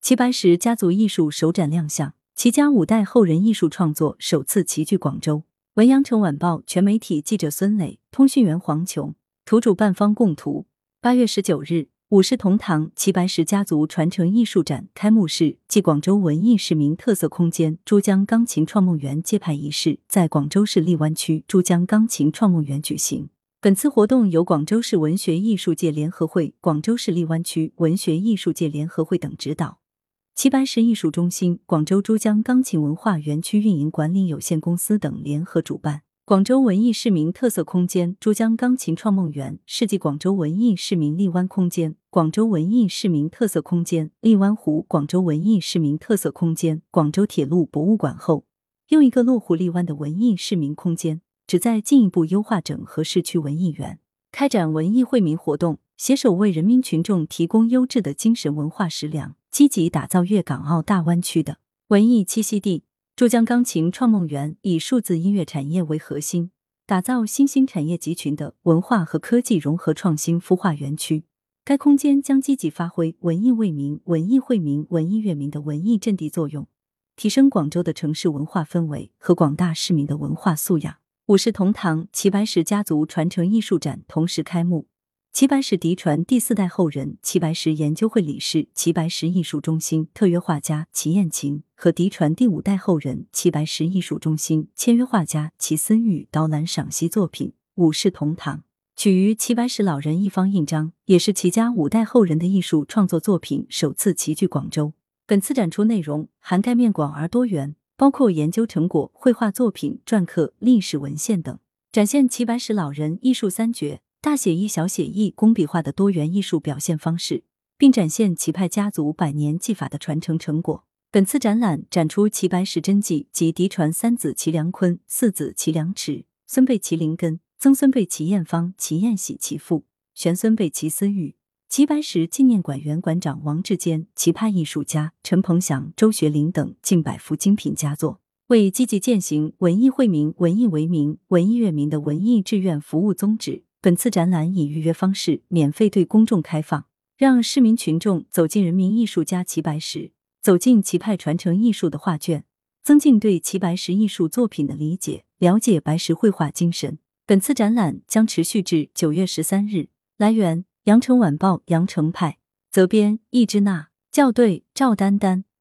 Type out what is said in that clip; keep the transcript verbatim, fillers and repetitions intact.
齐白石家族艺术首展亮相，齐家五代后人艺术创作首次齐聚广州。文阳城晚报全媒体记者孙磊，通讯员黄琼，图主办方供图。八月十九日，五世同堂齐白石家族传承艺术展开幕式暨广州文艺市民特色空间珠江钢琴创梦园揭牌仪式在广州市荔湾区珠江钢琴创梦园举行。本次活动由广州市文学艺术界联合会、广州市荔湾区文学艺术界联合会等指导。齐白石艺术中心、广州珠江钢琴文化园区运营管理有限公司等联合主办。广州文艺市民特色空间珠江钢琴创梦园是继广州文艺市民荔湾空间、广州文艺市民特色空间荔湾湖、广州文艺市民特色空间广州铁路博物馆后，又一个落户荔湾的文艺市民空间，旨在进一步优化整合市区文艺园，开展文艺惠民活动，携手为人民群众提供优质的精神文化食粮，积极打造粤港澳大湾区的文艺栖息地。珠江钢琴创梦园以数字音乐产业为核心，打造新兴产业集群的文化和科技融合创新孵化园区。该空间将积极发挥文艺为民、文艺惠民、文艺悦民的文艺阵地作用，提升广州的城市文化氛围和广大市民的文化素养。五世同堂齐白石家族传承艺术展同时开幕。齐白石嫡传第四代后人、齐白石研究会理事、齐白石艺术中心特约画家齐燕琴和嫡传第五代后人、齐白石艺术中心签约画家齐思玉导览赏析作品《五世同堂》，取于齐白石老人一方印章，也是齐家五代后人的艺术创作作品首次齐聚广州。本次展出内容涵盖面广而多元，包括研究成果、绘画作品、篆刻、历史文献等，展现齐白石老人艺术三绝、大写意、小写意、工笔画的多元艺术表现方式，并展现齐派家族百年技法的传承成果。本次展览展出齐白石真迹及嫡传三子齐良坤、四子齐良池、孙辈齐灵根、曾孙辈齐彦芳、齐彦喜其父、玄孙辈齐思玉。齐白石纪念馆原馆长王志坚、齐派艺术家陈鹏祥、周学林等近百幅精品佳作，为积极践行文艺惠民、文艺为民、文艺悦民的文艺志愿服务宗旨。本次展览以预约方式免费对公众开放，让市民群众走进人民艺术家齐白石，走进齐派传承艺术的画卷，增进对齐白石艺术作品的理解，了解白石绘画精神。本次展览将持续至九月十三日。来源：羊城晚报羊城派，责编：易之娜，校对：赵丹丹。